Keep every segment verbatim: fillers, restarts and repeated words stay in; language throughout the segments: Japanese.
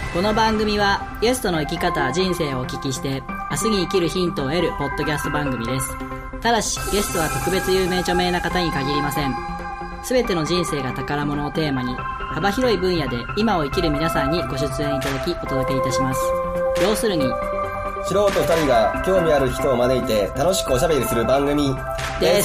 この番組はゲストの生き方、人生をお聞きして明日に生きるヒントを得るポッドキャスト番組です。ただしゲストは特別有名著名な方に限りません。すべての人生が宝物をテーマに幅広い分野で今を生きる皆さんにご出演いただきお届けいたします。要するに素人ふたりが興味ある人を招いて楽しくおしゃべりする番組です。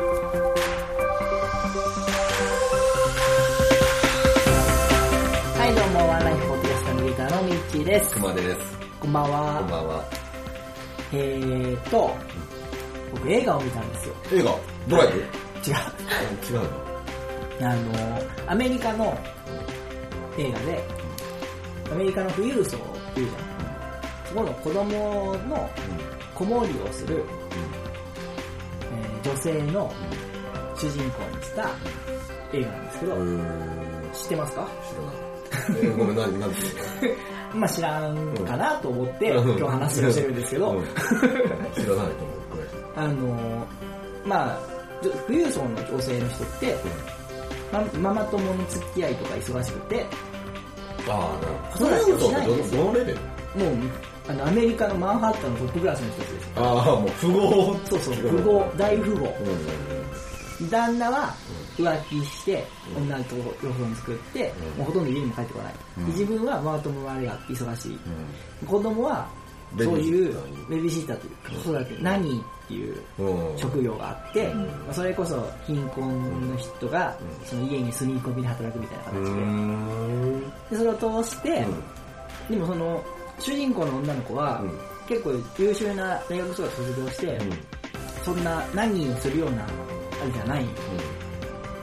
はい、どうもワンライフポッドキャストナビゲーターのミッキーです。 くまです。 こんばんは。 こんばんは。 えーと僕映画を見たんですよ。 映画ドライブ？ 違う違うのあのアメリカの映画でアメリカの富裕層っていうじゃん。そこの子供の子守りをする、うんえー、女性の主人公にした映画なんですけど、知ってますか？ 知らない。えー、ごめん、何、何て言うの？ まあ知らんかなと思って、うん、今日話をしてるんですけど、うん、 知らないと思う。 あのまあ富裕層の女性の人って、うん、ママ友の付き合いとか忙しくて、 ああ、なるほど。富裕層ってどのレベル？もうあのアメリカのマンハッタンのトップクラスの人です。 ああ、もう富豪。 そうそう、富豪、大富豪。うん、旦那は浮気して女と予算作って、うん、もうほとんど家にも帰ってこない。うん、自分はママ友が忙しい。うん、子供はそういうベビーシッターというか子育て何っていう職業があって、うんまあ、それこそ貧困の人がその家に住み込みで働くみたいな形で、うん、でそれを通して、うん、でもその主人公の女の子は、うん、結構優秀な大学卒業して、うん、そんな何をするようなあれじゃない、うん、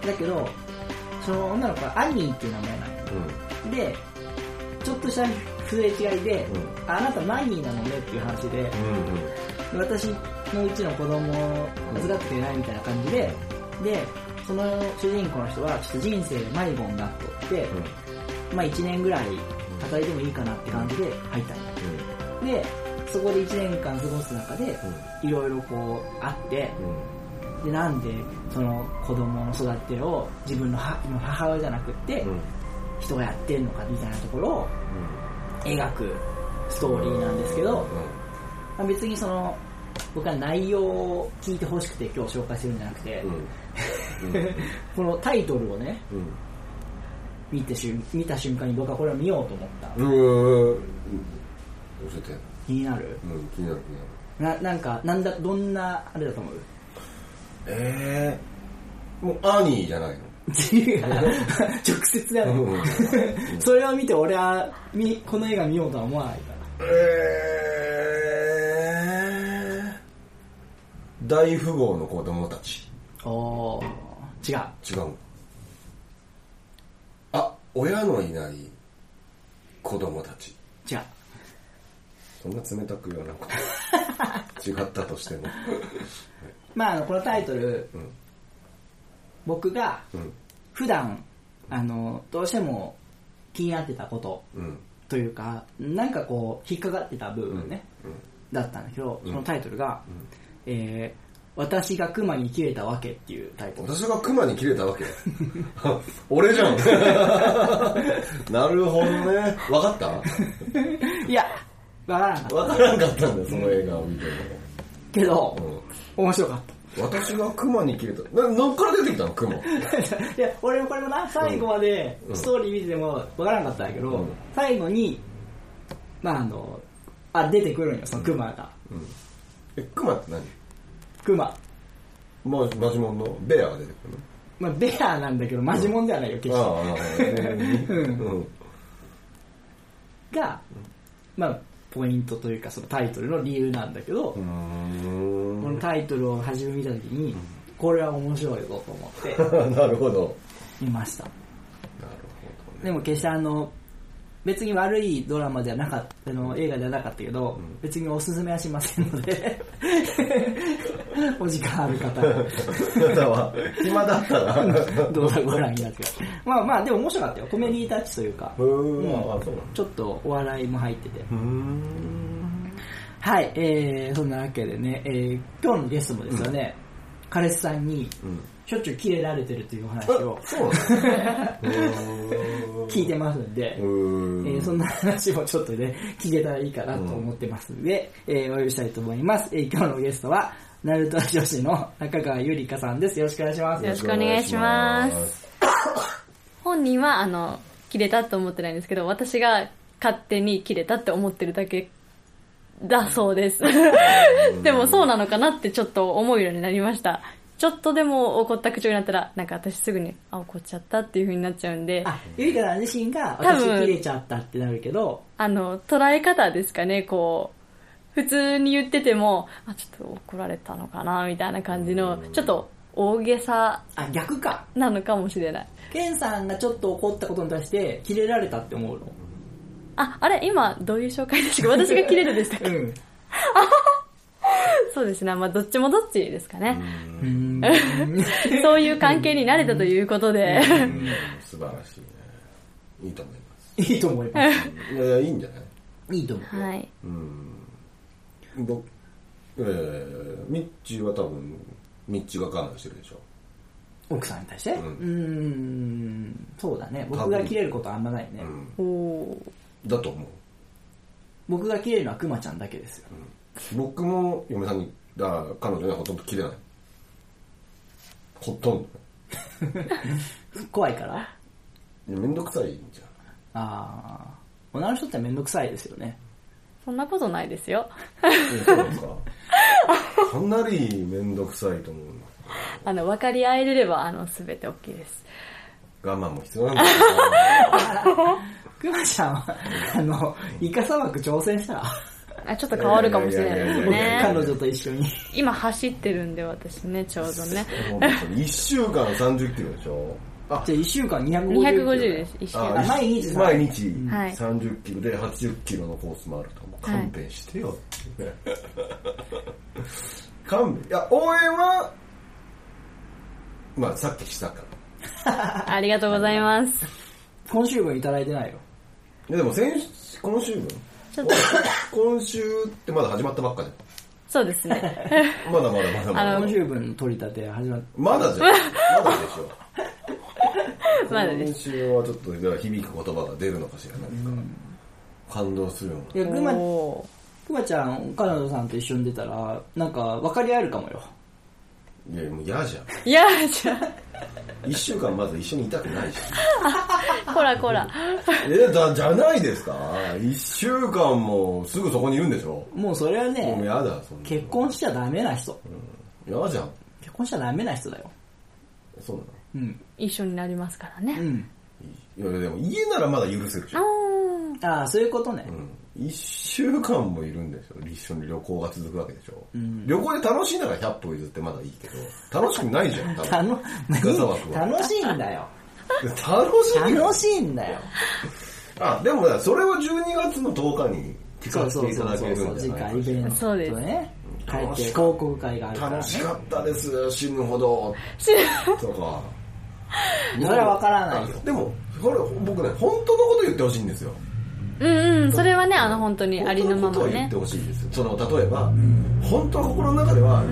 だけどその女の子はアニーっていう名前なの、うん、でちょっとしたすれ違いで、うん、あなた何なのねっていう話で、うんうん、私のうちの子供を預かってくれないみたいな感じで、うん、でその主人公の人はちょっと人生で迷子になっとって、うん、まあいちねんぐらい働いてもいいかなって感じで入ったんよ、うん、でそこでいちねんかん過ごす中でいろいろこうあって、うん、でなんでその子供の育てを自分の母親じゃなくって、うん、人がやってるのかみたいなところを描くストーリーなんですけど、まあ、別にその僕は内容を聞いてほしくて今日紹介してるんじゃなくて、うんうん、このタイトルをね、うん見てし見た瞬間に僕はこれを見ようと思った。うーん。教えて。気になる？ うん、気になる気になる。な、なんか、なんだ、どんな、あれだと思う？ えー、もう、アニーじゃないの？ 違う。直接だよ、うん。それを見て俺は、み、この映画見ようとは思わないから。 えー、大富豪の子供たち。 おー、違う。 違う。親のいない子供たち。 じゃあそんな冷たく言わなくて違ったとしてもまああのこのタイトル、うん、僕が普段あのどうしても気になってたこと、うん、というかなんかこう引っかかってた部分ね、うんうん、だったんだけど、そのタイトルが、うんえー私がクマに切れたわけっていうタイトル。 私がクマに切れたわけ俺じゃんなるほどね。分かったいや、分からなかった。 分からなかったんだよ、その映画を見ても。 けど、うん、面白かった。 私がクマに切れた。な、どっから出てきたのクマいや、俺もこれもな、最後までストーリー見てても分からなかったんだけど、うん、最後に、まああの、あ、出てくるんよ、そのクマが。 うんうん、え、クマって何クマ。 まあ、マジモンのベアが出てくるの？ まあ、ベアなんだけど、マジモンではないよ、決して。ああ、うん。が、まあ、ポイントというか、そのタイトルの理由なんだけど、うーんこのタイトルを初め見たときに、これは面白いぞと思って。 なるほど。 見ました。 なるほど、ね。 でも決してあの、別に悪いドラマではなかったの映画ではなかったけど、うん、別におすすめはしませんのでお時間ある方は暇だったらどうぞご覧になってください。まあまあでも面白かったよ。コメディータッチというか、うん、ちょっとお笑いも入ってて、うーんはい、えー、そんなわけでね、えー、今日のゲストもですよね、うん、彼氏さんにしょっちゅうキレられてるというお話を、 そうなんです聞いてますんで、えー、そんな話もちょっとね、聞けたらいいかなと思ってますので、うん、えー、お呼びしたいと思います。えー、今日のゲストは、ナルト女子の中川ゆりかさんです。よろしくお願いします。 よろしくお願いします。本人は、あの、切れたと思ってないんですけど、私が勝手に切れたって思ってるだけだそうです。でもそうなのかなってちょっと思うようになりました。ちょっとでも怒った口調になったら、なんか私すぐに、あ、怒っちゃったっていう風になっちゃうんで。 あ、ゆりかさん自身が私切れちゃったってなるけど、 あの、捉え方ですかね、こう、普通に言ってても、あ、ちょっと怒られたのかな、みたいな感じの、ちょっと大げさ。 あ、逆か。 なのかもしれない。 ケンさんがちょっと怒ったことに対して、切れられたって思うの？ あ、あれ今、どういう紹介でしたか？私が切れるでしたっけ？うん。そうですね。まあ、どっちもどっちですかね。うーんそういう関係になれたということで。 素晴らしいね。いいと思います。 いいと思います。 いやいや、いいんじゃないいいと思う。 はい。 うん。僕、えー、ミッチーは多分、ミッチーが我慢してるでしょ。 奥さんに対して、うん、うーん、そうだね。僕が切れることはあんまないね。 うん、おだと思う。 僕が切れるのはクマちゃんだけですよ。 うん、僕も嫁さんに、だ彼女にはほとんど切れない。ほとんど。怖いから？ めんどくさいんじゃん。ああ。女の人ってめんどくさいですよね。 そんなことないですよ。 そうですか。かなりめんどくさいと思う。 あの、分かり合えれれば、あの、すべて OK です。 我慢も必要なんだけど。 くまちゃんは、あの、イカ砂漠挑戦したらあ、ちょっと変わるかもしれないですね。 彼女と一緒に。 今走ってるんで、私ね、ちょうどね。 いっしゅうかんさんじゅっキロでしょ。 あ、じゃあいっしゅうかんにひゃくごじゅう。 にひゃくごじゅうです、いっしゅうかん。 毎日毎日さんじゅっキロではちじゅっキロのコースもあると。勘弁してよってね。勘弁。いや、応援は、まあさっきしたから。 ありがとうございます。 今週分いただいてないよ。 いやでも先今週分ちょっと今週ってまだ始まったばっかじゃん。 そうですね。 まだまだまだまだ。 今週分の取り立て始まった。 まだじゃん。まだでしょ。 まだです。 今週はちょっと響く言葉が出るのかしら、なんか、うん、感動するような。 いや、くま、くまちゃん、彼女さんと一緒に出たら、なんか分かり合えるかもよ。 いや、もう嫌じゃん。 嫌じゃん。 一週間まず一緒にいたくないじゃん。こらこら。 え、だ、じゃないですか。一週間もすぐそこにいるんでしょ。 もうそれはね、 もう嫌だ、そんな。 結婚しちゃダメな人。 うん、嫌じゃん。 結婚しちゃダメな人だよ。 そうなの？ うん。一緒になりますからね。うん。 いや、でも家ならまだ許せるじゃん。 ああ、そういうことね。 うん。一週間もいるんでしょ。一緒に旅行が続くわけでしょ。うん、旅行で楽しいならひゃっぽ譲ってまだいいけど、楽しくないじゃん。多分楽しいんだよ。 楽しい楽しいんだよ。 あ、でもそれはじゅうにがつのとおかに聞かせていただけるんじゃないか。 次回イベント。そうですね。帰って広告会があるから、ね。 楽しかったです。死ぬほど。 死ぬほど。とか。 それはわからないよ。 でも、これ僕ね、本当のこと言ってほしいんですよ。 うんうん、それはね、あの本当にありのままね。本当のことを言ってほしいですよ。その、例えば、うん、本当は心の中では、うん、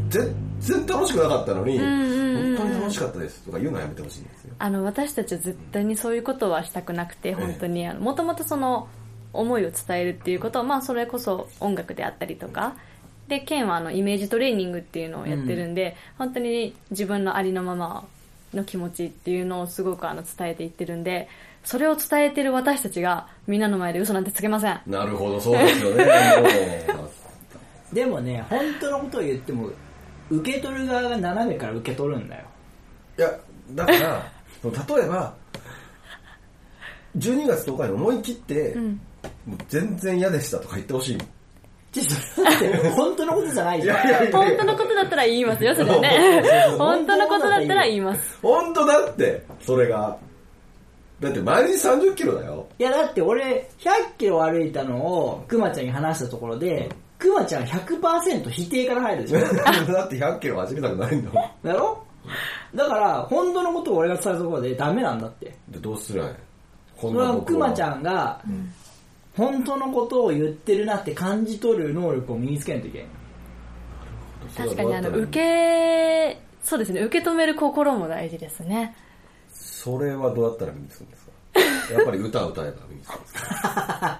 全然楽しくなかったのに、うんうんうん、本当に楽しかったですとか言うのはやめてほしいんですよ。 あの、私たちは絶対にそういうことはしたくなくて、本当に、あの、もともとその、思いを伝えるっていうことは、まあ、それこそ音楽であったりとか、で、ケンはあの、イメージトレーニングっていうのをやってるんで、うん、本当に自分のありのままの気持ちっていうのをすごくあの、伝えていってるんで、それを伝えてる私たちがみんなの前で嘘なんてつけません。 なるほど、そうですよね。 でもね、本当のことを言っても、受け取る側が斜めから受け取るんだよ。 いや、だから、例えば、じゅうにがつとおかに思い切って、うん、もう全然嫌でしたとか言ってほしい。 ちょっと本当のことじゃないじゃん。いやいやいや本当のことだったら言いますよ、それね。本当のことだったら言います。 本当だって、それが。だって毎日さんじゅっキロだよ。 いやだって俺ひゃっキロ歩いたのをくまちゃんに話したところで、くまちゃん ひゃくパーセント 否定から入るでしょ。 だってひゃっキロ走りたくないんだもん。 だろ？だから本当のことを俺が伝えたところでダメなんだって。 でどうするんや。 それはくまちゃんが、うん、本当のことを言ってるなって感じ取る能力を身につけないといけない。 確かにあの受けそうですね、受け止める心も大事ですね。 それはどうやったら身につくんですか？ やっぱり歌歌えばいいですか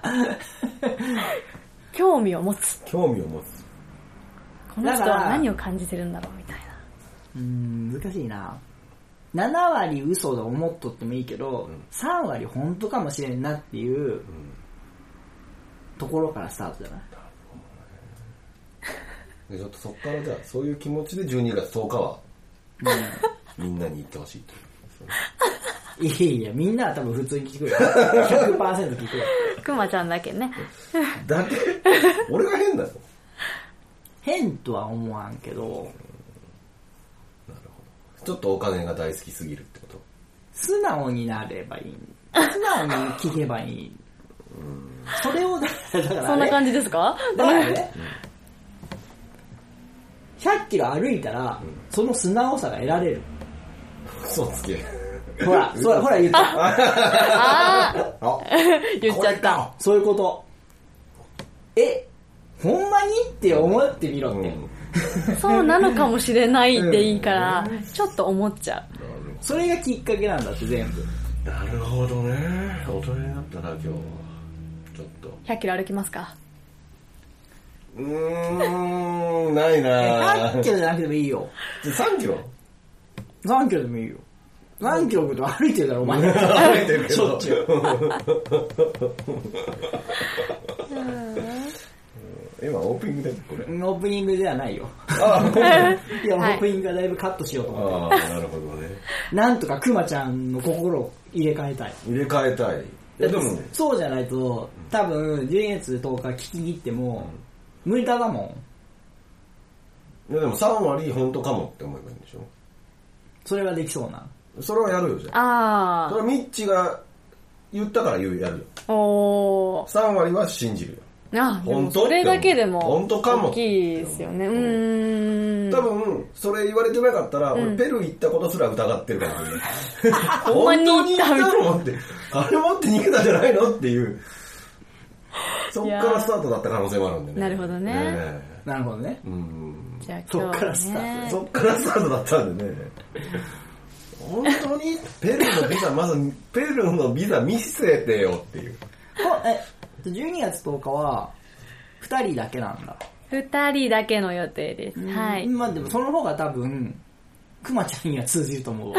興味を持つ。 興味を持つ。 この人は何を感じてるんだろうみたいな。 うーん、難しいな。ななわり嘘と思っとってもいいけど、うん、さんわり本当かもしれんなっていう、うん、ところからスタートじゃない？ でちょっとそっからじゃあそういう気持ちでじゅうにがつとおかは、うん、みんなに言ってほしいといやいや、みんなは多分普通に聞くよ。ひゃくパーセント 聞くよ。 くまちゃんだけね。 だけ俺が変だよ。 変とは思わんけど、なるほど。ちょっとお金が大好きすぎるってこと？ 素直になればいい。素直に聞けばいい。うんそれをだから、ね、 そんな感じですか？ だからね、ひゃっキロ歩いたら、うん、その素直さが得られる。 嘘つけ。 ほら、そらほら言っちゃった。 ああ言っちゃった。 そういうこと。え、ほんまにって思ってみろって。 うん、そうなのかもしれないっていいから、うん、ちょっと思っちゃう。 それがきっかけなんだって全部。 なるほどね。大人になったな今日。ちょっと。 ひゃっキロ歩きますか？ うーん、ないな。 ひゃっキロじゃなくてもいいよ。 さんキロ？ さん キロでもいいよ。何キロと歩いてるだろお前。 歩いてるけど。しょっちゅう。今オープニングだよこれ。 オープニングではないよ。いや、オープニングはだいぶカットしようと思って。 ああ、なるほどね。 なんとかクマちゃんの心を入れ替えたい。 入れ替えたい。いやでもそうじゃないと多分じゅうにがつとおか聞き切っても無理だだもん。いやでもさんわり本当かもって思えばいいんでしょ。 それはできそうな。 それはやるよじゃあ。ああ。 それはミッチが言ったから言うやるよ。 おー。 さんわりは信じるよ。 あ、本当それだけでも本当かも大きいですよね。うーん。 多分それ言われてなかったら、うん、俺ペルー行ったことすら疑ってるからね。 ほんまに行った本当に行ったのって、あれ持って逃げたんじゃないのっていう。そっからスタートだった可能性もあるんでね。 なるほどね。 ねなるほどね。 うん。 じゃあ今日、ね、そっからスタート。 そっからスタートだったんでね。本当にペルーのビザまずペルーのビザ見せてよっていう。 え、じゅうにがつとおかはふたりだけなんだ。 ふたりだけの予定です。はい。 まあでもその方が多分クマちゃんには通じると思うわ。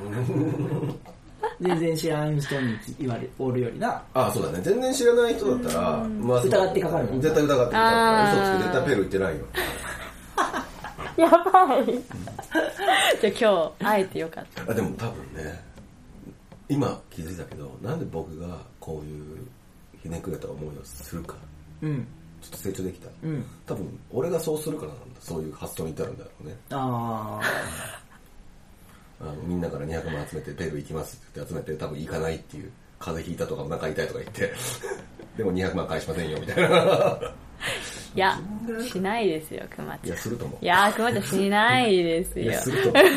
全然知らない人に言われおるよりな。 ああそうだね。全然知らない人だったら、まあ、 疑ってかかるもん。 絶対疑ってかかる。嘘つけ絶対ペルー行ってないよ。 やばい。じゃあ今日会えてよかった。 あでも多分ね、今気づいたけど、なんで僕がこういうひねくれた思いをするか、うん、ちょっと成長できた、うん、多分俺がそうするからなんだ。そういう発想に至るんだろうね。ああのみんなからにひゃくまん集めてペルー行きますって集めて、多分行かないっていう、風邪ひいたとかお腹痛いとか言ってでもにひゃくまん返しませんよみたいないや、しないですよ、くまちゃん。 いや、すると思う。 いや、くまちゃんしないですよ。いや、すると思う。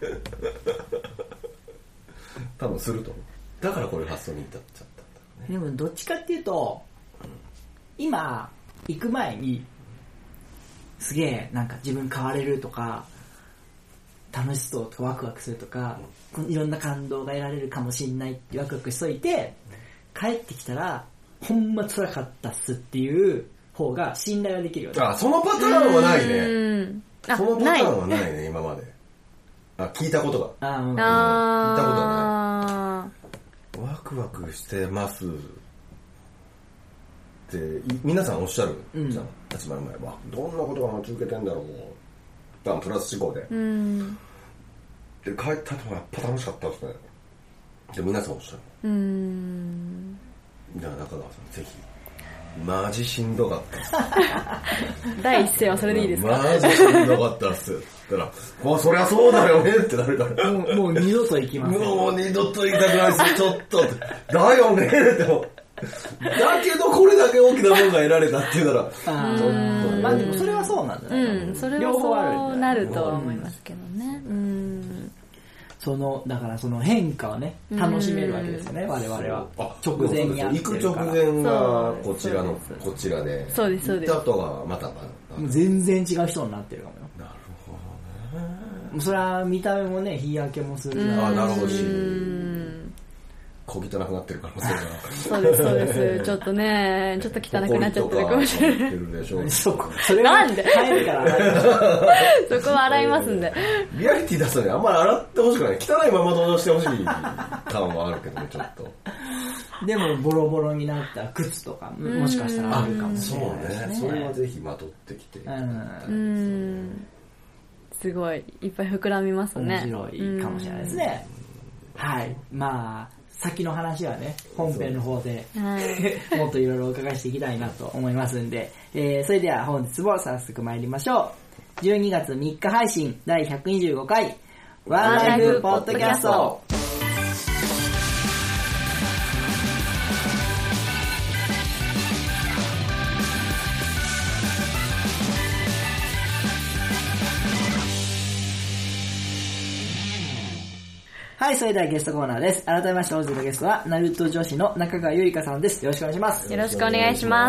多分すると思う。だからこういう発想に至っちゃったんだろうね。 でも、どっちかっていうと、うん、今、行く前に、すげえ、なんか自分変われるとか、楽しそうとかワクワクするとか、うん、いろんな感動が得られるかもしんないってワクワクしといて、帰ってきたら、ほんま辛かったっすっていう、方が信頼はできるよね。 あ、そのパターンはないね。そのパターンはないね、今まで。あ、聞いたことが。あ、うん、聞いたことはない。ワクワクしてますって皆さんおっしゃるじゃん。立場の前はどんなことが待ち受けてんだろう。多分プラス思考で。うん、で帰ったのがやっぱ楽しかったですね。で皆さんおっしゃる。うん。じゃあ中川さんぜひ。マジしんどかったっす。 第一声はそれでいいですか？ マジしんどかったっす。ったら、もうそりゃそうだよねってなるから。 もう、もう二度と行きません。 もう二度と行きたくないっす。ちょっと。だよねっても。だけどこれだけ大きなものが得られたっていうなら。あー、まあでもそれはそうなんだね。 うん、それはそうなるとは思いますけどね。うん。 そのだからその変化をね楽しめるわけですよね、我々は。直前にやってるから。 行く直前がこちらのこちらで、 そうですそうです。 行った後がまた全然違う人になってるかもよ。 なるほどね。 それは見た目もね日焼けもする。 あ、なるほどし、 小汚くなってる可能性がそうですそうですちょっとねちょっと汚くなっちゃってるかもしれないそこそれはなんで入るからそこは洗いますんでリアリティ出すのにあんまり洗ってほしくない。汚いまま登場してほしい感はあるけどね、ちょっと。 でもボロボロになった靴とかもしかしたらあるかもしれないですね。 そうね。それはぜひまとってきて。 うん。 うんすごいいっぱい膨らみますね。 面白いかもしれないですね。はい。まあ先の話はね本編の方で、はい、もっといろいろお伺いしていきたいなと思いますんで、えー、それでは本日も早速参りましょう。じゅうにがつみっか配信だいひゃくにじゅうごかいワンライフポッドキャスト。はい、それではゲストコーナーです。改めまして本日のゲストはナルト女子の中川ゆりかさんです。よろしくお願いします。 よろしくお願いします。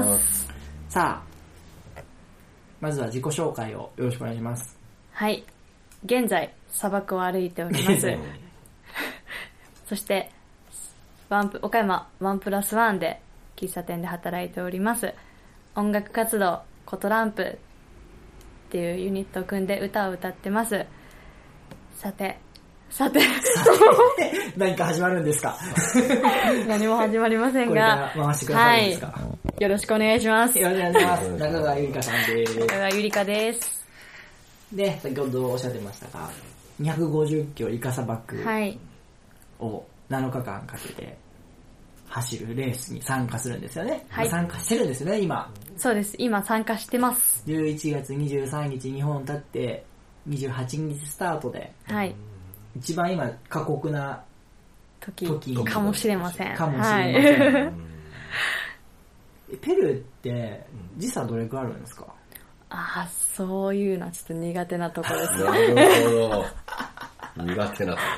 さあ、まずは自己紹介をよろしくお願いします。 はい、現在砂漠を歩いておりますそしてワンプ岡山ワンプラスワンで喫茶店で働いております。音楽活動コトランプっていうユニットを組んで歌を歌ってます。さてさて何か始まるんですか何も始まりませんが、 これから回してくださいですか、 はい、よろしくお願いします。 よろしくお願いします中川ゆりかさんです。 中川ゆりかです。 で、先ほどおっしゃってましたがにひゃくごじゅっキロイカ砂漠をなのかかんかけて走るレースに参加するんですよね、はい、参加してるんですよね今。 そうです、今参加してます。 じゅういちがつにじゅうさんにち日本経ってにじゅうはちにちスタートで、 はい、 一番今過酷な時, 時かもしれません。 かもしれません、はい、ペルーって時差どれくらいあるんですか？ ああ、そういうのはちょっと苦手なところです。 なるほど。苦手なとこ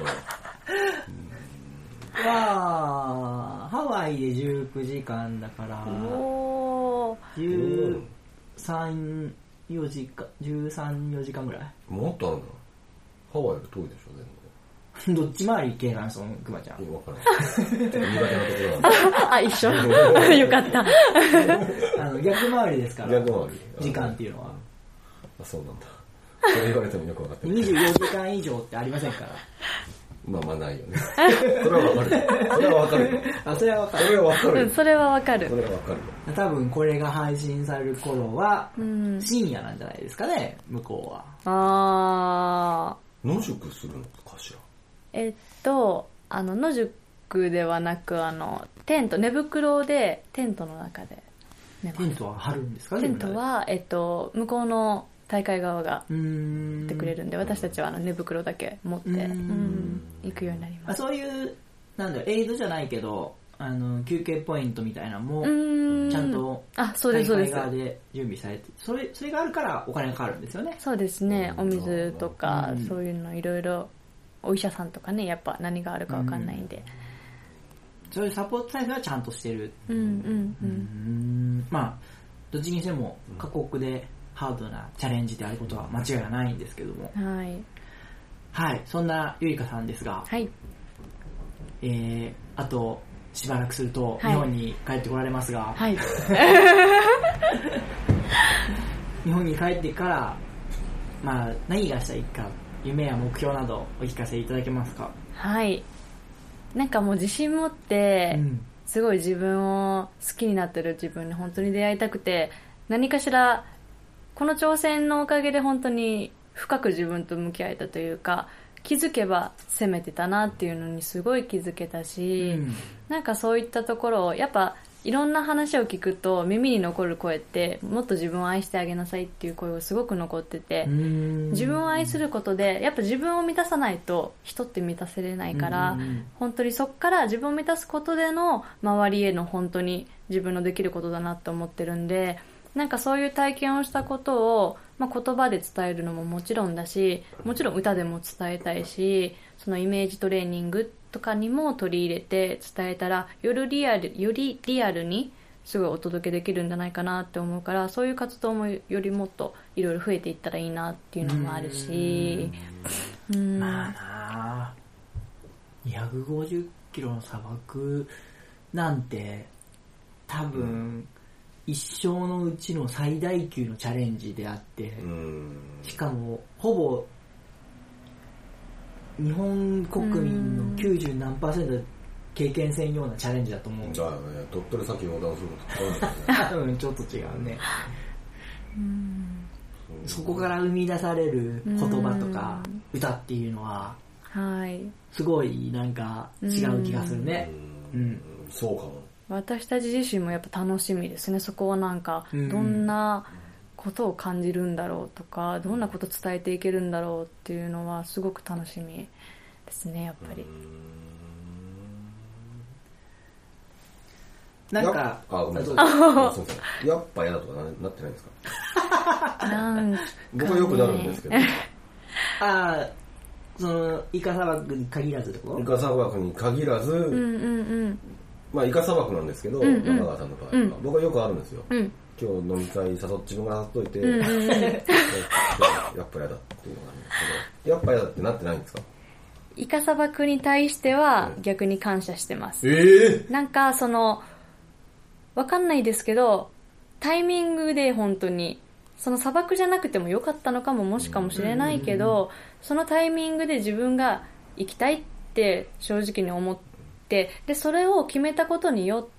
ろ。まあハワイでじゅうくじかんだからじゅうさん、よじかん、じゅうさん、よじかんぐらい。 もっとあるんだ。ハワイより遠いでしょ、 全部。どっち回り系なんそのクマちゃん。 わからない。ちょっと苦手なところなんで。 あ、一緒。よかった。 あの逆回りですから。 逆回り。 時間っていうのは。 あ、そうなんだ。それ言われてもよくわかってない。 にじゅうよじかん以上ってありませんから。 まあまあないよね。それはわかる。それはわかる。 あ、それはわかる。 それはわかる。 うん、それはわかる。 それはわかる。 多分これが配信される頃は、深夜なんじゃないですかね、向こうは。 あー。野宿するのかしら。 えっと、あの、野宿ではなく、あの、テント、寝袋で、テントの中で寝ます。 テントは張るんですか？ テントは、えっと、向こうの大会側が持ってくれるんで、私たちはあの寝袋だけ持って、うん、行くようになります。 そういう、なんだろう、エイドじゃないけど、あの、休憩ポイントみたいなのも、ちゃんと、 あ、そうです、そうです。 大会側で準備されて、それ、それがあるからお金がかかるんですよね。 そうですね、お水とか、そういうのいろいろ、お医者さんとかね、やっぱ何があるかわかんないんで。 そういうサポート体制はちゃんとしてる。 うんうんうん。 うんまあ、どっちにしても過酷でハードなチャレンジであることは間違いがないんですけども。 はい。 はい、そんなゆりかさんですが、 はい。 えー、あとしばらくすると日本に帰ってこられますが、 はい。 日本に帰ってから、まあ、何がしたいか、夢や目標などお聞かせいただけますか？ はい。なんかもう自信持って、うん、すごい自分を好きになってる自分に本当に出会いたくて、何かしらこの挑戦のおかげで本当に深く自分と向き合えたというか、気づけば攻めてたなっていうのにすごい気づけたし、うん、なんかそういったところをやっぱいろんな話を聞くと耳に残る声ってもっと自分を愛してあげなさいっていう声がすごく残ってて、自分を愛することでやっぱ自分を満たさないと人って満たせれないから、本当にそこから自分を満たすことでの周りへの本当に自分のできることだなと思ってるんで、なんかそういう体験をしたことを、まあ、言葉で伝えるのももちろんだし、もちろん歌でも伝えたいし、そのイメージトレーニングとかにも取り入れて伝えたらよりリアル、よりリアルにすごいお届けできるんじゃないかなって思うから、そういう活動もよりもっといろいろ増えていったらいいなっていうのもあるし、 うーん、まあなあにひゃくごじゅっキロの砂漠なんて多分、うん、一生のうちの最大級のチャレンジであって、うん、しかもほぼ日本国民のきゅうじゅうなんパーセントで経験せんようなチャレンジだと思う。 だよね、鳥取砂丘横断することうん、ちょっと違うね。うん、そこから生み出される言葉とか歌っていうのは、はい、すごいなんか違う気がするね。 うん、うん、そうかも。 私たち自身もやっぱ楽しみですね。そこはなんかどんなことを感じるんだろうとか、どんなことを伝えていけるんだろうっていうのはすごく楽しみですね、やっぱり。 なんか、 あ、ごめんなさい。そうそうやっぱ嫌だとか な, なってないんですか？ なんか、ね、 僕はよくなるんですけど。ああ、その、イカ砂漠に限らずってこと？ イカ砂漠に限らず、うんうんうん、まあイカ砂漠なんですけど、うんうん、中川さんの場合は、うん、僕はよくあるんですよ。うん、今日飲み会誘って自分が誘っといて、うんうんうん、やっぱ嫌だっていうのがあるんですけど、やっぱ嫌だってなってないんですか？ イカ砂漠に対しては逆に感謝してます。 えー、 なんかその、わかんないですけど、タイミングで本当に、その砂漠じゃなくてもよかったのかももしかもしれないけど、そのタイミングで自分が行きたいって正直に思って、で、それを決めたことによって、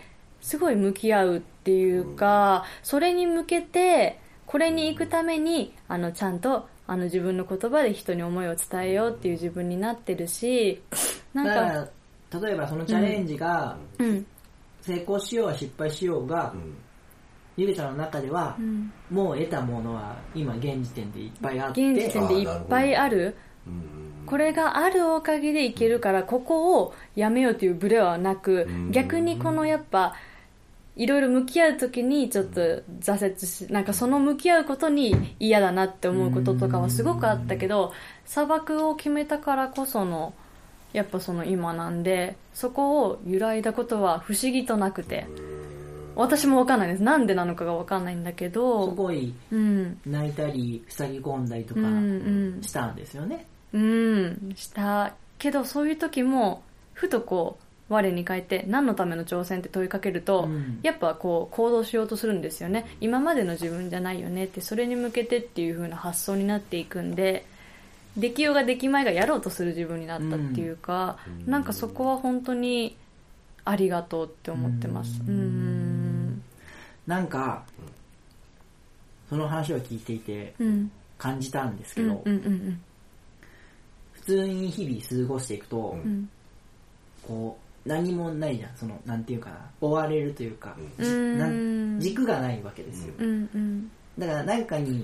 すごい向き合うっていうか、それに向けて、これに行くために、あの、ちゃんと、あの、自分の言葉で人に思いを伝えようっていう自分になってるし、 なんか、だから例えばそのチャレンジが、うんうん、成功しようが失敗しようが、うん、ゆげちゃんの中では、うん、もう得たものは今現時点でいっぱいあって、 現時点でいっぱいある、これがあるおかげでいけるから、ここをやめようというブレはなく、逆にこのやっぱいろいろ向き合うときにちょっと挫折し、なんかその向き合うことに嫌だなって思うこととかはすごくあったけど、砂漠を決めたからこそのやっぱその今なんで、そこを揺らいだことは不思議となくて、私も分かんないです。なんでなのかが分かんないんだけど、 すごい泣いたり塞ぎ込んだりとかしたんですよね。 うん、うん、したけど、そういう時もふとこう我に返って何のための挑戦って問いかけると、うん、やっぱこう行動しようとするんですよね。今までの自分じゃないよねって、それに向けてっていう風な発想になっていくんで、できようができまいがやろうとする自分になったっていうか、うん、なんかそこは本当にありがとうって思ってます。うん、うーん、 なんかその話を聞いていて感じたんですけど、うんうんうんうん、普通に日々過ごしていくと、うん、こう何もないじゃん、そのなんていうかな、追われるというか、うん、なん軸がないわけですよ、うんうん、だから何かに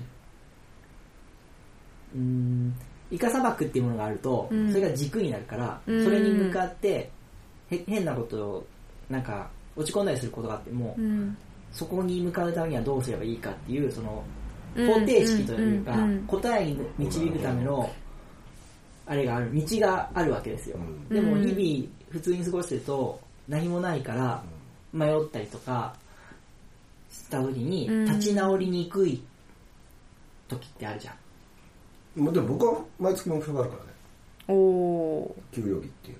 うーんイカ砂漠っていうものがあると、うん、それが軸になるから、うん、それに向かってへ変なことをなんか落ち込んだりすることがあっても、うん、そこに向かうためにはどうすればいいかっていうその方程式というか、うん、答えに導くためのあれがある、道があるわけですよ、うん、でも日々普通に過ごしてると何もないから迷ったりとかした時に立ち直りにくい時ってあるじゃん。 まあ、でも僕は毎月目標があるからね。 お給料日っていう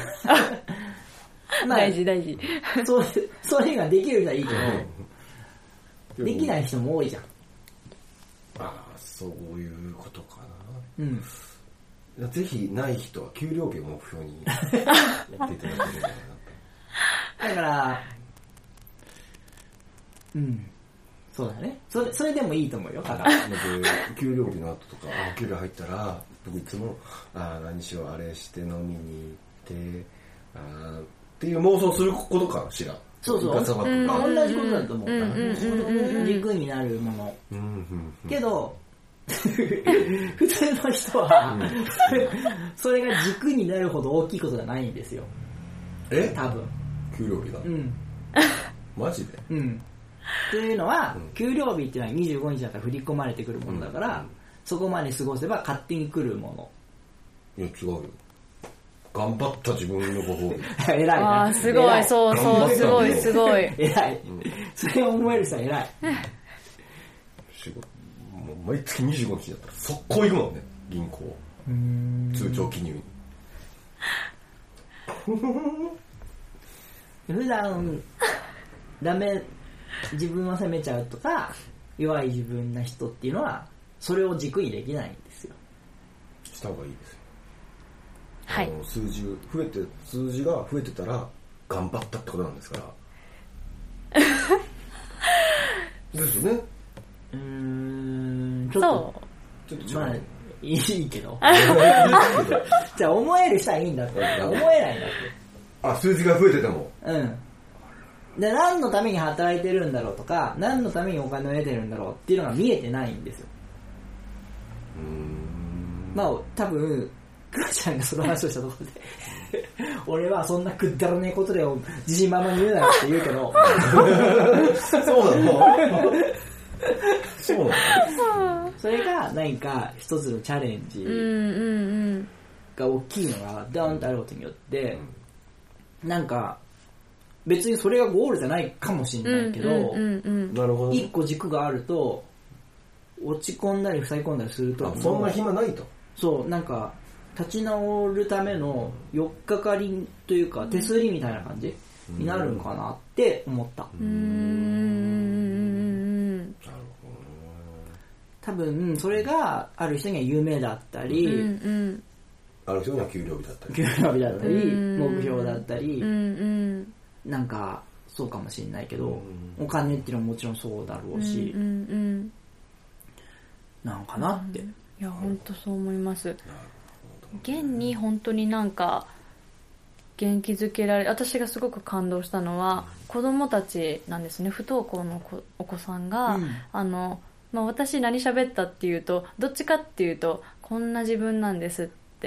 まあ、大事大事そうそういうのができる人はいいけどできない人も多いじゃん。 ああ、そういうことかな。うん、ぜひない人は給料日を目標にやっていただければなだからうんそうだね。それ、それでもいいと思うよ。だから給料日の後とか、あ、給料入ったら、僕いつも、あ、何しよう、あれして飲みに行って、あっていう妄想することかしら。 そうそう。うん、同じことだと思うから、ね。軸になるもの。うんうんうん、けど、普通の人は、うん、それが軸になるほど大きいことじゃないんですよ。 え？ 多分。 給料日が？ うん。 マジで？ うん。というのは、うん、給料日っていうのはにじゅうごにちだから振り込まれてくるものだから、うん、そこまで過ごせば勝手に来るもの。 いや違うよ。頑張った自分のご褒美。 偉いな。 あーすごい、そうそう、すごいすごい。 偉い。うん、それを思える人は偉い。 仕事、もう毎月にじゅうごにちだったら速攻行くもんね、銀行。通帳記入に。 普段ダメ自分を責めちゃうとか弱い自分な人っていうのはそれを軸にできないんですよ。 した方がいいですよ。 はい。 あの数字増えて数字が増えてたら頑張ったってことなんですから。ですよね。 うーん、ちょっとそう。 ちょっとまあいいけど。じゃあ思える人はいいんだって。思えないんだって。 あ、数字が増えてても。 うん。で、何のために働いてるんだろうとか、何のためにお金を得てるんだろうっていうのが見えてないんですよ。 うーん。 まあ、多分、クラちゃんがその話をしたところで、俺はそんなくだらねえことで自信満々に言うなよって言うけど。 そうなのそうなのそれが何か一つのチャレンジが大きいのがドーンとあることによって、なんか、別にそれがゴールじゃないかもしれないけど、 なるほど。 一個軸があると、落ち込んだり塞ぎ込んだりすると、 そんな暇ないと。 そう、なんか、立ち直るためのよっかかりというか、手すりみたいな感じになるのかなって思った。うーん。なるほど。多分、それがある人には夢だったり、うんうん、 ある人には給料日だったり、 給料日だったり、目標だったり、うんうん、なんかそうかもしれないけど、うん、お金っていうのはもちろんそうだろうし、うんうんうん、なんかなって、うん、 いや本当そう思います。現に本当になんか元気づけられ、私がすごく感動したのは、うん、子供たちなんですね。不登校のお子さんが、うん、あの、まあ、私何喋ったっていうと、どっちかっていうとこんな自分なんですって、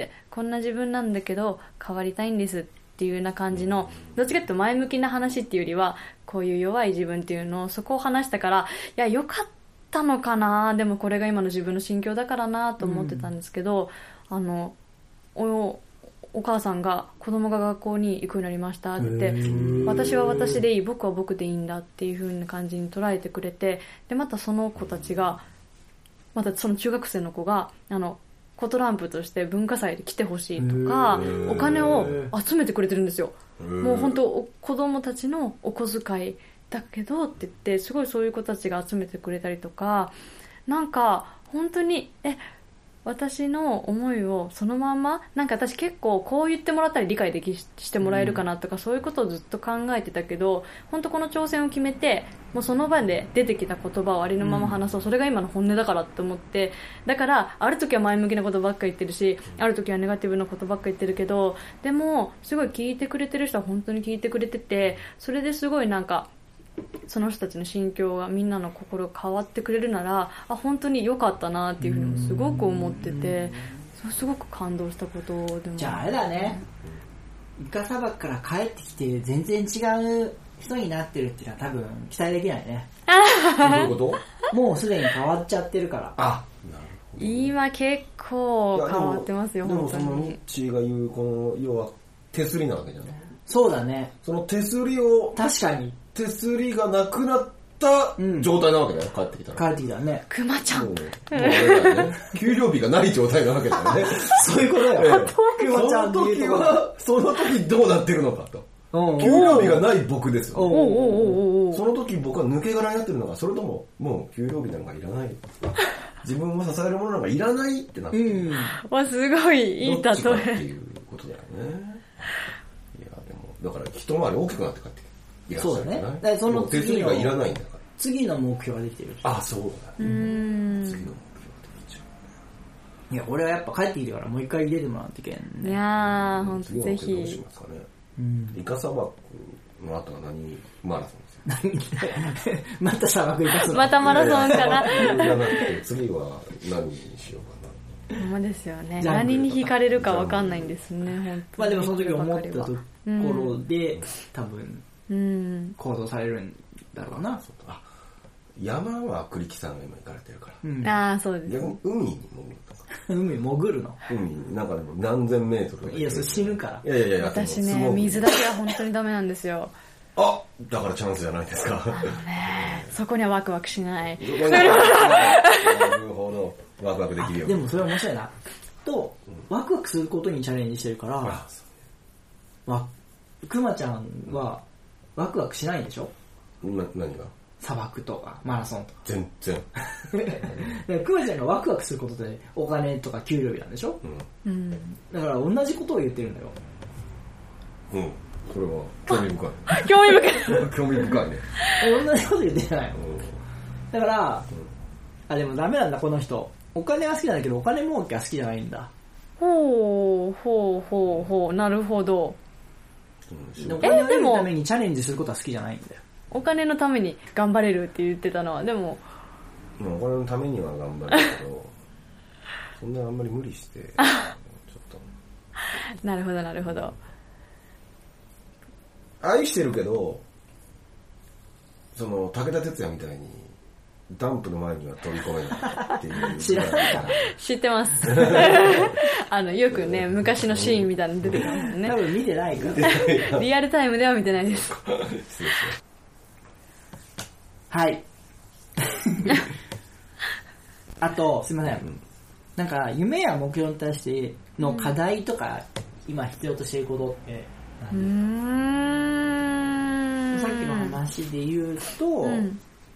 こんな自分なんだけど変わりたいんですっていうような感じの、どっちかっていうと前向きな話っていうよりは、こういう弱い自分っていうのをそこを話したから、いやよかったのかな、でもこれが今の自分の心境だからなと思ってたんですけど、うん、あのおお母さんが子供が学校に行くようになりましたって、私は私でいい、僕は僕でいいんだっていう風な感じに捉えてくれて、でまたその子たちが、またその中学生の子があのコトランプとして文化祭で来てほしいとか、お金を集めてくれてるんですよ。もう本当子供たちのお小遣いだけどって言って、すごいそういう子たちが集めてくれたりとか、なんか本当にえ私の思いをそのまんま、なんか私結構こう言ってもらったら理解できしてもらえるかなとか、そういうことをずっと考えてたけど、本当この挑戦を決めて、もうその場で出てきた言葉をありのまま話そう、それが今の本音だからって思って、だからある時は前向きなことばっかり言ってるし、ある時はネガティブなことばっかり言ってるけど、でもすごい聞いてくれてる人は本当に聞いてくれてて、それですごいなんかその人たちの心境が、みんなの心が変わってくれるなら、あ本当に良かったなっていうふうにもすごく思ってて、すごく感動したことでも。 じゃああれだね、イカ砂漠から帰ってきて全然違う人になってるっていうのは多分期待できないね。 どういうこと？ もうすでに変わっちゃってるから。 あ、 なるほど。今結構変わってますよ。 でも、でもそのニッチーが言うこの要は手すりなわけじゃない。 そうだね。 その手すりを確かに手すりがなくなった状態なわけだよ、うん、帰ってきたら。 帰ってきたらね。 クマちゃん。もう、もうあれだよね。給料日がない状態なわけだよね。 そういうことだよ。クマちゃんっていうところ。 その時どうなってるのかと。給料日がない僕ですよ、ね。その時僕は抜け殻になってるのか、それとももう給料日なんかいらない。自分を支えるものなんかいらないってなってる。うん。 わ、すごいいい例え。 どっちかっていうことだよね。だから一回り大きくなって帰っていらっしゃるんじゃない？そうだね。だからその手すりがいらないんだから。 次の目標ができてる。 あ、そうだ、ね。 うーん。 次の目標ができちゃう。いや、俺はやっぱ帰ってきてからもう一回出てもらってけんね。 いやー、ほんとぜひ。 どうしますかね。うん。イカ砂漠の後は何マラソンですよ。また砂漠行かすまたマラソンかな。 じゃなくて、次は何にしようかな。 ほんまですよね。何に惹かれるか分かんないんですね、本当に。 まあでもその時思ったところで、うん、多分、うん、行動されるんだろうな。そうあ山は栗木さんが今行かれてるから。 うん、ああ、そうです。 海に潜るとか。 海潜るの海、なんかでも何千メートル。 いや、それ死ぬから。 いやいやいや、 私ね、水だけは本当にダメなんですよ。 あ、だからチャンスじゃないですか。 あのね、そこにはワクワクしない。 なるほど。ワクワクできるよ。 でもそれは面白いな。と、ワクワクすることにチャレンジしてるから、 わくまちゃんはワクワクしないんでしょ？ な何が？ 砂漠とかマラソンとか。 全然。 くまちゃんがワクワクすることでお金とか給料日なんでしょ？うん。だから同じことを言ってるんだよ。 うん。これは興味深い。 興味深い。 興味深いね。 同じこと言ってんじゃないの？だから、あ、でもダメなんだこの人。お金は好きなんだけどお金儲けは好きじゃないんだ。 ほうほうほうほう、なるほど。 お金を得るためにチャレンジすることは好きじゃないんだよ。 お金のために頑張れるって言ってたのは、でもお金のためには頑張るけどそんなあんまり無理してちょっとなるほどなるほど。 愛してるけど、その武田鉄矢みたいにダンプの前には飛び込めないっていう知らないから知ってますあのよくね昔のシーンみたいなの出てたもんね。 多分見てないからリアルタイムでは見てないですはいあとすいません、うん、なんか夢や目標に対しての課題とか、うん、今必要としていることってうーんさっきの話で言うと、うん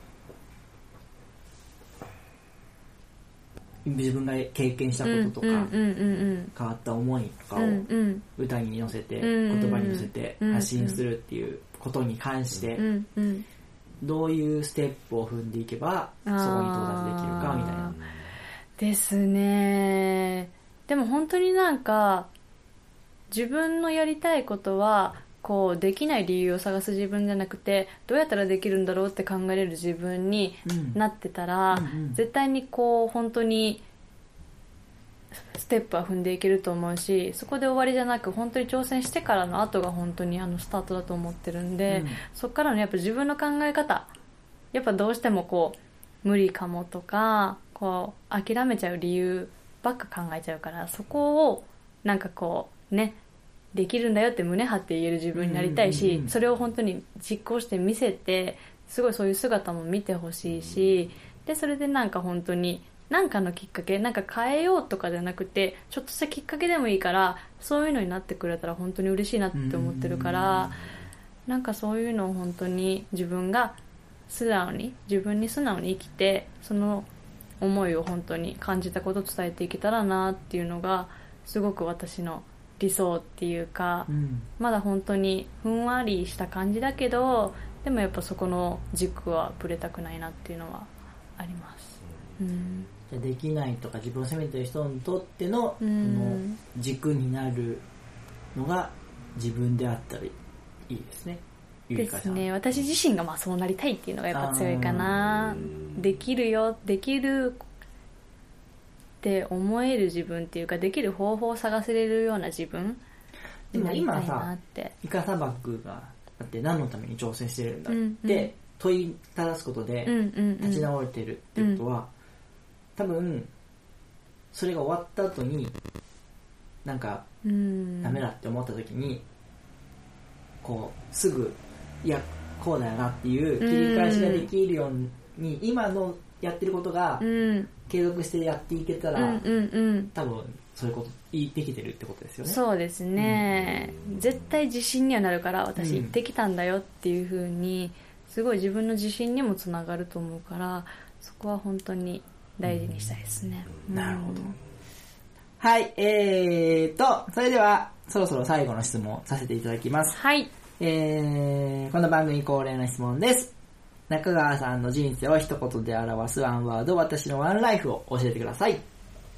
自分が経験したこととか、変わった思いとかを歌に乗せて、言葉に乗せて発信するっていうことに関して、どういうステップを踏んでいけばそこに到達できるかみたいな。 ですね。でも本当になんか自分のやりたいことはこうできない理由を探す自分じゃなくて、どうやったらできるんだろうって考えれる自分になってたら、うんうんうん、絶対にこう本当にステップは踏んでいけると思うし、そこで終わりじゃなく本当に挑戦してからの後が本当にあのスタートだと思ってるんで、うん、そこからのやっぱ自分の考え方、やっぱどうしてもこう無理かもとかこう諦めちゃう理由ばっか考えちゃうから、そこをなんかこうねできるんだよって胸張って言える自分になりたいし、うんうんうん、それを本当に実行して見せて、すごいそういう姿も見てほしいし、でそれでなんか本当に何かのきっかけ、なんか変えようとかじゃなくて、ちょっとしたきっかけでもいいから、そういうのになってくれたら本当に嬉しいなって思ってるから、なんかそういうのを本当に自分が素直に、自分に素直に生きて、その思いを本当に感じたことを伝えていけたらなっていうのがすごく私の理想っていうか、うん、まだ本当にふんわりした感じだけど、でもやっぱそこの軸はぶれたくないなっていうのはあります、うん、 じゃあできないとか自分を責めてる人にとっての、うん、その軸になるのが自分であったらいいですね。 ですね。私自身がまあそうなりたいっていうのがやっぱ強いかな。できるよ、できるって思える自分っていうか、できる方法を探せれるような自分になりたいなって。 でも今さ、イカ砂漠がだって何のために挑戦してるんだって問いただすことで立ち直れてるってことは、多分それが終わった後になんかダメだって思った時にこうすぐいやこうだよなっていう切り返しができるように、今のやってることが継続してやっていけたら、うんうんうん、多分そういうことできてるってことですよね。 そうですね、うん、絶対自信にはなるから、私行ってきたんだよっていう風にすごい自分の自信にもつながると思うから、そこは本当に大事にしたいですね、 うん、なるほど。はい、えーとそれではそろそろ最後の質問させていただきます。 はい、 えー、この番組恒例の質問です。中川さんの人生を一言で表すワンワード、私のワンライフを教えてください。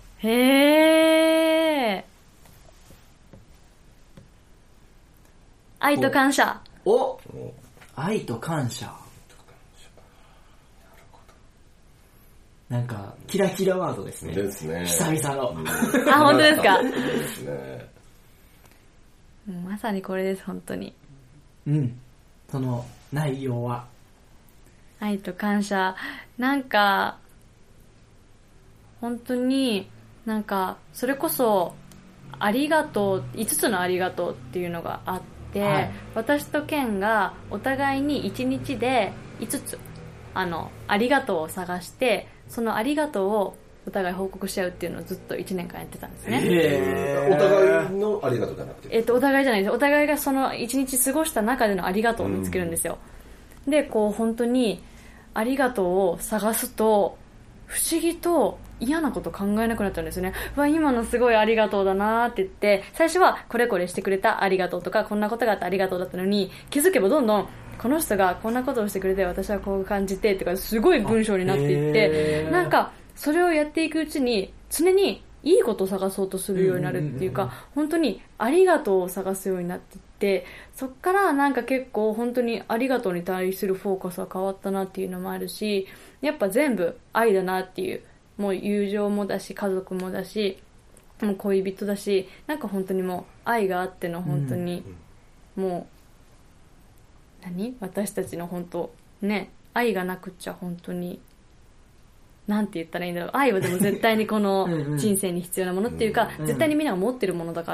へー、愛と感謝。 お、お愛と感謝。なんかキラキラワードですね。 ですね。 久々の。 あ、本当ですか。 ですね。 まさにこれです、本当に。 うん。その内容は愛と感謝。なんか本当になんかそれこそありがとう、いつつのありがとうっていうのがあって、はい、私とケンがお互いにいちにちでいつつあのありがとうを探して、そのありがとうをお互い報告し合うっていうのをずっといちねんかんやってたんですね。 へー。お互いのありがとうじゃなくて、 えっとお互いじゃないです。お互いがそのいちにち過ごした中でのありがとうを見つけるんですよ。でこう本当にありがとうを探すと不思議と嫌なこと考えなくなっちゃうんですよね。わ、今のすごいありがとうだなって言って、最初はこれこれしてくれたありがとうとか、こんなことがあってありがとうだったのに、気づけばどんどんこの人がこんなことをしてくれて私はこう感じてとか、すごい文章になっていって、なんかそれをやっていくうちに常にいいことを探そうとするようになるっていうか、本当にありがとうを探すようになっていって、そっからなんか結構本当にありがとうに対するフォーカスは変わったなっていうのもあるし、やっぱ全部愛だなっていう、もう友情もだし家族もだしもう恋人だし、なんか本当にもう愛があっての本当に、うん、もう何私たちの本当ね、愛がなくっちゃ本当になんて言ったらいいんだろう。愛はでも絶対にこの人生に必要なものっていうかうん、うん、絶対にみんなが持ってるものだから、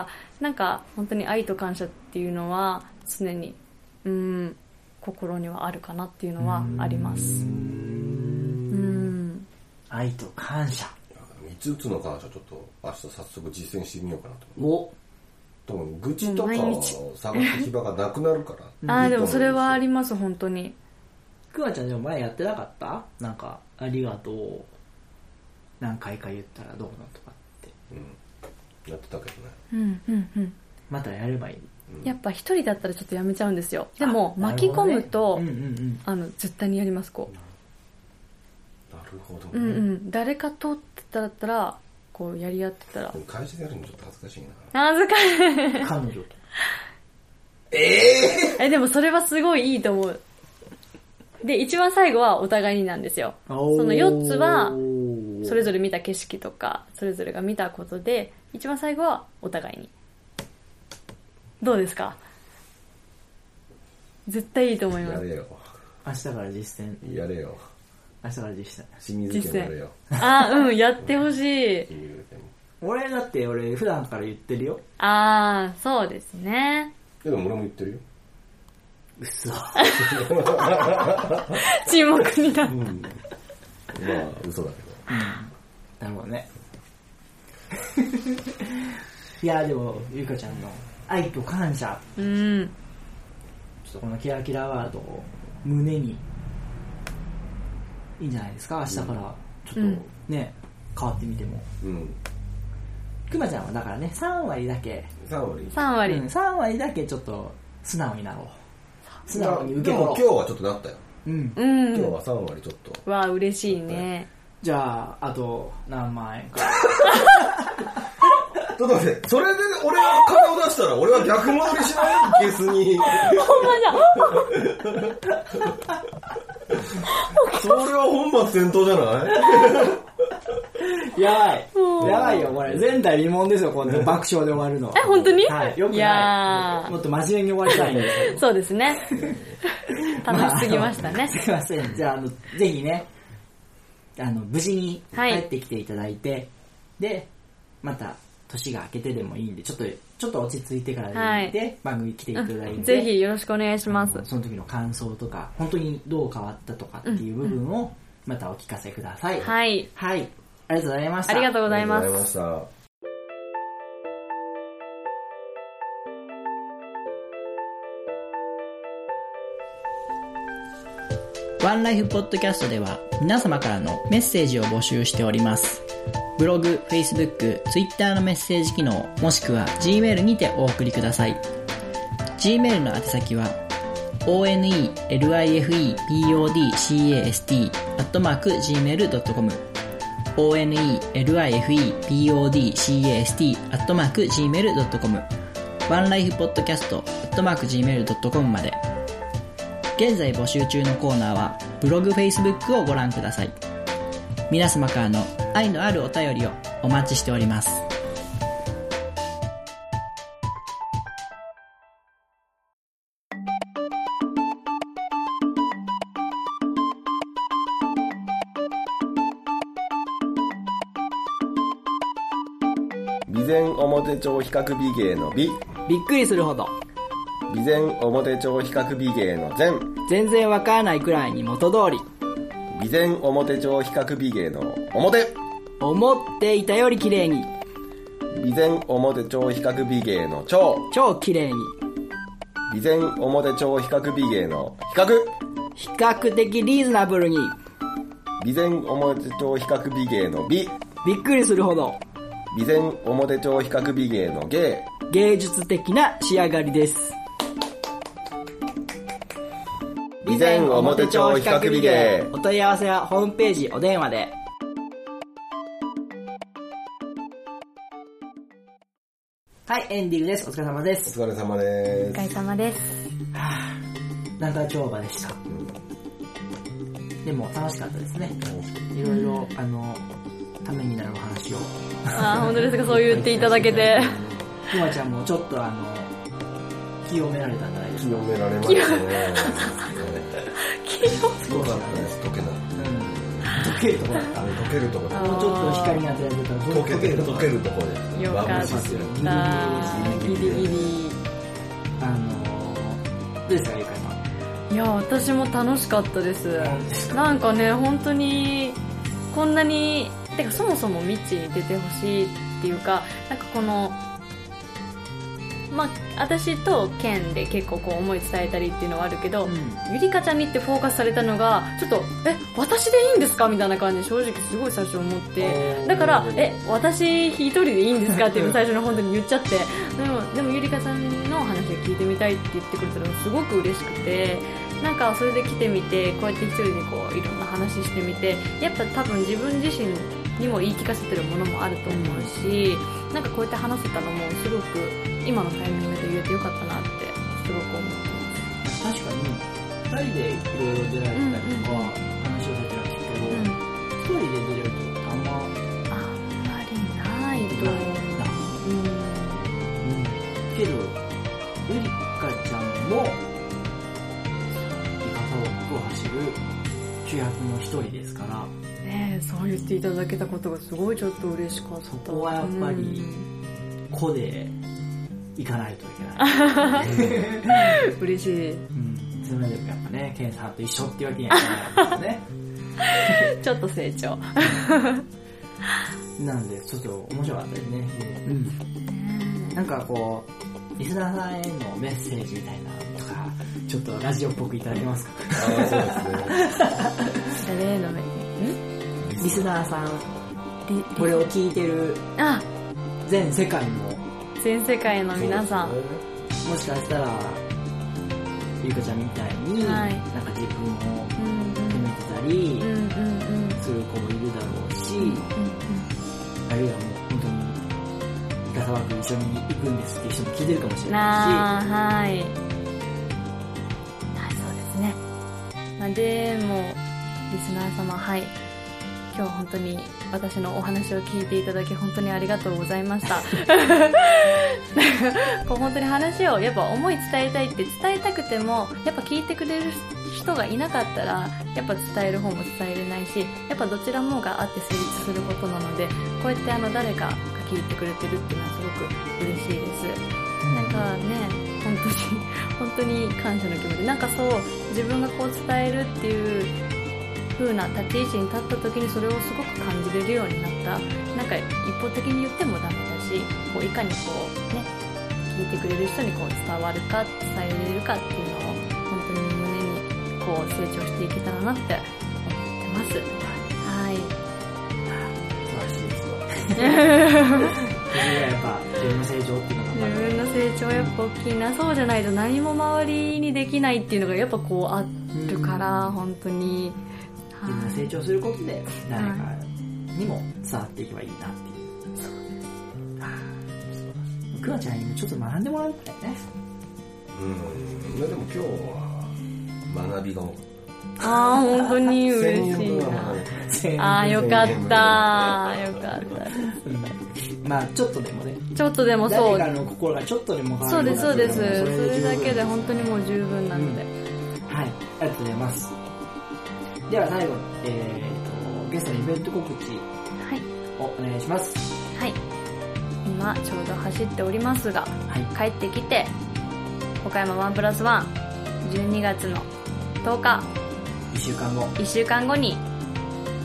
なんか本当に愛と感謝っていうのは常にうーん心にはあるかなっていうのはあります。うーん、 愛と感謝。 みっつつの感謝ちょっと明日早速実践してみようかなと思う。お多分愚痴とかを探す暇がなくなるからああでもそれはあります本当に。 くまちゃんでも前やってなかった？なんかありがとう何回か言ったらどうのとかって、 うん、やってたけどね、 うんうんうん、 またやればいい、 うん、やっぱ一人だったらちょっとやめちゃうんですよ。でも巻き込むと、ねうんうんうん、あの絶対にやりますこうなるほどね、 うんうん、誰かとってたらったらこうやり合ってたら会社でやるのちょっと恥ずかしいな。 恥ずかしい彼女とえー、 えでもそれはすごいいいと思う。で一番最後はお互いになんですよ。そのよっつはそれぞれ見た景色とかそれぞれが見たことで、一番最後はお互いに。どうですか？絶対いいと思います。 やれよ。 明日から実践。 やれよ。 明日から実践。 清水県やれよ。 あうんやってほしい。 俺だって俺普段から言ってるよ。 ああそうですね。 でも俺も言ってるよ。 嘘沈黙になった、うん、 まあ嘘だけど、 うん、なるほどねいやでもゆかちゃんの愛と感謝、うん、ちょっとこのキラキラワードを胸にいいんじゃないですか。明日からちょっとね、うん、変わってみても、うん、くまちゃんはだからねさんわりだけさんわりさんわり、 うん、さんわりだけちょっと素直になろう。素直に受け取ろう。 でも今日はちょっとなったよ。 うん。 今日はさんわりちょっと。 わあ嬉しいね。 じゃああと何万円か。 ちょっと待って、それで俺が金を出したら俺は逆戻りしないケースに。 ほんまじゃ。 それは本末転倒じゃない？ やばい。やばいよ、これ。前代未聞ですよ、こんな爆笑で終わるのは。 え、本当に？ はい。よくない。もっと真面目に終わりたいんですよ。 そうですね。楽しすぎましたね。まあ、 すいません。じゃあ、あの、ぜひね、あの、無事に帰ってきていただいて、はい、で、また、年が明けてでもいいんで、ちょっと、ちょっと落ち着いてからでいいんで、はい、番組来ていただいて、 ぜひよろしくお願いします。 その時の感想とか、本当にどう変わったとかっていう部分を、またお聞かせください。 はい。 はい。ありがとうございました。 ありがとうございます。 ありがとうございました。 ワンライフポッドキャストでは皆様からのメッセージを募集しております。ブログ、Facebook、Twitter のメッセージ機能、もしくは Gmail にてお送りください。Gmail の宛先は オーエヌイーエルアイエフイーピーオーディーシーエーエスティー アットマーク ジーメールドットコム オーエヌイーエルアイエフイーピーオーディーシーエーエスティー アットマーク ジーメールドットコム ワンライフポッドキャストアットマーク ジーメールドットコム まで。現在募集中のコーナーはブログ、Facebook をご覧ください。皆様からの愛のあるお便りをお待ちしております。 備前表町比較美芸の美、 びっくりするほど備前表町比較美芸の前、 全然わからないくらいに元通り、 備前表町比較美芸の表、 思っていたより綺麗に。 備前表町比較美芸の超超綺麗に。 備前表町比較美芸の比較比較的リーズナブルに。 備前表町比較美芸の美びっくりするほど。 備前表町比較美芸の芸芸術的な仕上がりです。 備前表町比較美芸。 お問い合わせはホームページお電話で。はい、エンディングです。お疲れ様です。 お疲れ様です。 お疲れ様です。 はぁ、なんか長場でした。うん、でも楽しかったですね。いろいろ、あの、ためになるお話を。 あ、本当ですか、そう言っていただけて。 くまちゃんもちょっとあの、清められたんじゃないですか。 清められましたね。 清めすごかったです、溶けない。 溶けるとこだった。 溶けるとこだった。 もうちょっと光が当てられてたら溶ける溶けるとこで。 よかった。ギリギリ。 あのどうですか、ゆかいさん。いや、私も楽しかったです。なんかね、本当にこんなに、てかそもそもミッチーに出てほしいっていうか、なんかこの。まあ、私とケンで結構こう思い伝えたりっていうのはあるけど、うん、ゆりかちゃんにってフォーカスされたのがちょっとえ私でいいんですかみたいな感じで正直すごい最初思って、だからえ私一人でいいんですかっていうの最初に本当に言っちゃって、でもでもゆりかちゃんの話を聞いてみたいって言ってくれたのがすごく嬉しくて、なんかそれで来てみてこうやって一人でこういろんな話してみて、やっぱ多分自分自身にも言い聞かせてるものもあると思うし、なんかこうやって話せたのもすごく今のタイミングで言えてよかったなってすごく思ってます。 確かにふたりでいろいろ出られたりとか、うんうん、話をされてるんですけど、うん、ひとりで出れることあんまあんまりないと思う。 うん、うん、けどゆりかちゃんもイカサワーを走る主役の一人ですからね、そう言っていただけたことがすごいちょっと嬉しかった。 そこはやっぱり個で行かないといけない。 嬉しい。 うん。それでもやっぱね、ケンさんと一緒っていうわけにはいかないですね。 ちょっと成長。 なんで、ちょっと面白かったですね。うん。なんかこう、リスナーさんへのメッセージみたいなのとか、ちょっとラジオっぽくいただけますか？ ああ、そうですね。 誰へのメッセージ？ リスナーさん、これを聞いてる全世界の全世界の皆さん、 もしかしたらゆうかちゃんみたいに、はい、なんか自分を責めてたりする子もいるだろうし、うんうんうん、あるいはもう本当にイカサワーク一緒に行くんですっていう人も聞いてるかもしれないし、 はい、はい、そうですね。まあ、でもリスナー様、はい、今日本当に私のお話を聞いていただき本当にありがとうございました。こう本当に話をやっぱ思い伝えたいって伝えたくてもやっぱ聞いてくれる人がいなかったらやっぱ伝える方も伝えれないし、やっぱどちらもがあって成立することなので、こうやってあの誰かが聞いてくれてるっていうのはすごく嬉しいです。なんかね、本当に本当に感謝の気持ち、なんかそう自分がこう伝えるっていう風な立ち位置に立った時にそれをすごく感じれるようになった。なんか一方的に言ってもダメだし、こういかにこうね聞いてくれる人にこう伝わるか伝えられるかっていうのを本当に胸にこう成長していけたらなって思ってます。はい。 素晴らしいですよ。やっぱ自分の成長っていうのが自分の成長やっぱ大きいな。そうじゃないと何も周りにできないっていうのがやっぱこうあるから、うん、本当に。 自分が成長することで誰かにも伝わっていけばいいなっていう。そうです。ああ、くまちゃんにもちょっと学んでもらいたいね。 うん。でも今日は学びが多かった。 ああ、本当に嬉しいな。ああ、よかった。よかった。 まあちょっとでもね。 ちょっとでもそう。 誰かの心がちょっとでも変わる。 そうですそうです。それだけで本当にもう十分なので。 うん、はい、ありがとうございます。では最後に、えーと、ゲストのイベント告知をお願いします。 はい。今ちょうど走っておりますが、はい、帰ってきて、岡山ワンプラスワン、じゅうにがつのとおか、 いっしゅうかんご。 いっしゅうかんごに、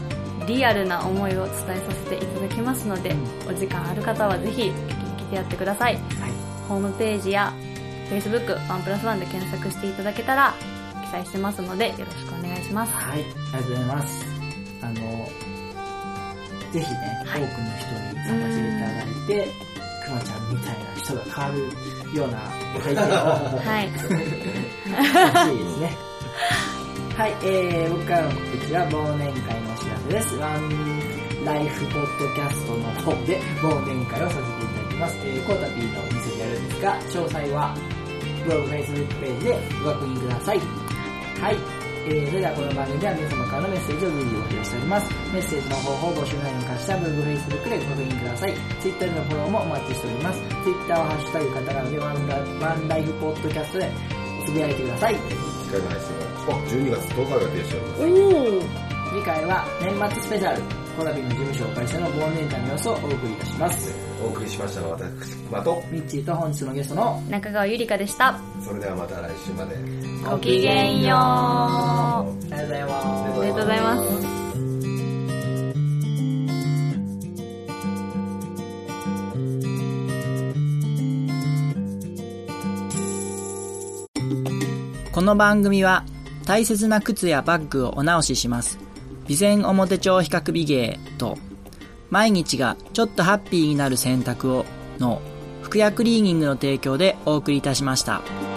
リアルな思いを伝えさせていただきますので、うん、お時間ある方はぜひ聞きに来てやってください、はい、ホームページや Facebook ワンプラスワンで検索していただけたら記載してますのでよろしくお願いします。 はい、ありがとうございます。あのぜひね、はい、多くの人に参加していただいて、くまちゃんみたいな人が変わるような体験をはい欲しいですね。はい、えー、僕からの告知は忘年会のお知らせです。ワンライフポッドキャストの方で忘年会をさせていただきます。えー、コータピーのお店でやるんですが、詳細はブログ、Facebook ページでご確認ください。はい、えー、それではこの番組では皆様からのメッセージを随時お送りしております。メッセージの方法、募集内容の貸したブログ、Facebook でご確認ください。Twitter でのフォローもお待ちしております。Twitter はハッシュタグカタカナでワンラワンライフポッドキャストでつぶやいてください。 次回の配信はじゅうにがつとおかが予定しております。 次回は年末スペシャル、コラビの事務所を介しての忘年会の様子をお送りいたします。 お送りしましたのは私、マとミッチーと本日のゲストの中川ゆりかでした。 それではまた来週までごきげんよう。ありがとうございます。 ありがとうございます。 この番組は大切な靴やバッグをお直しします備前表帳比較美芸と毎日がちょっとハッピーになる選択をの服薬クリーニングの提供でお送りいたしました。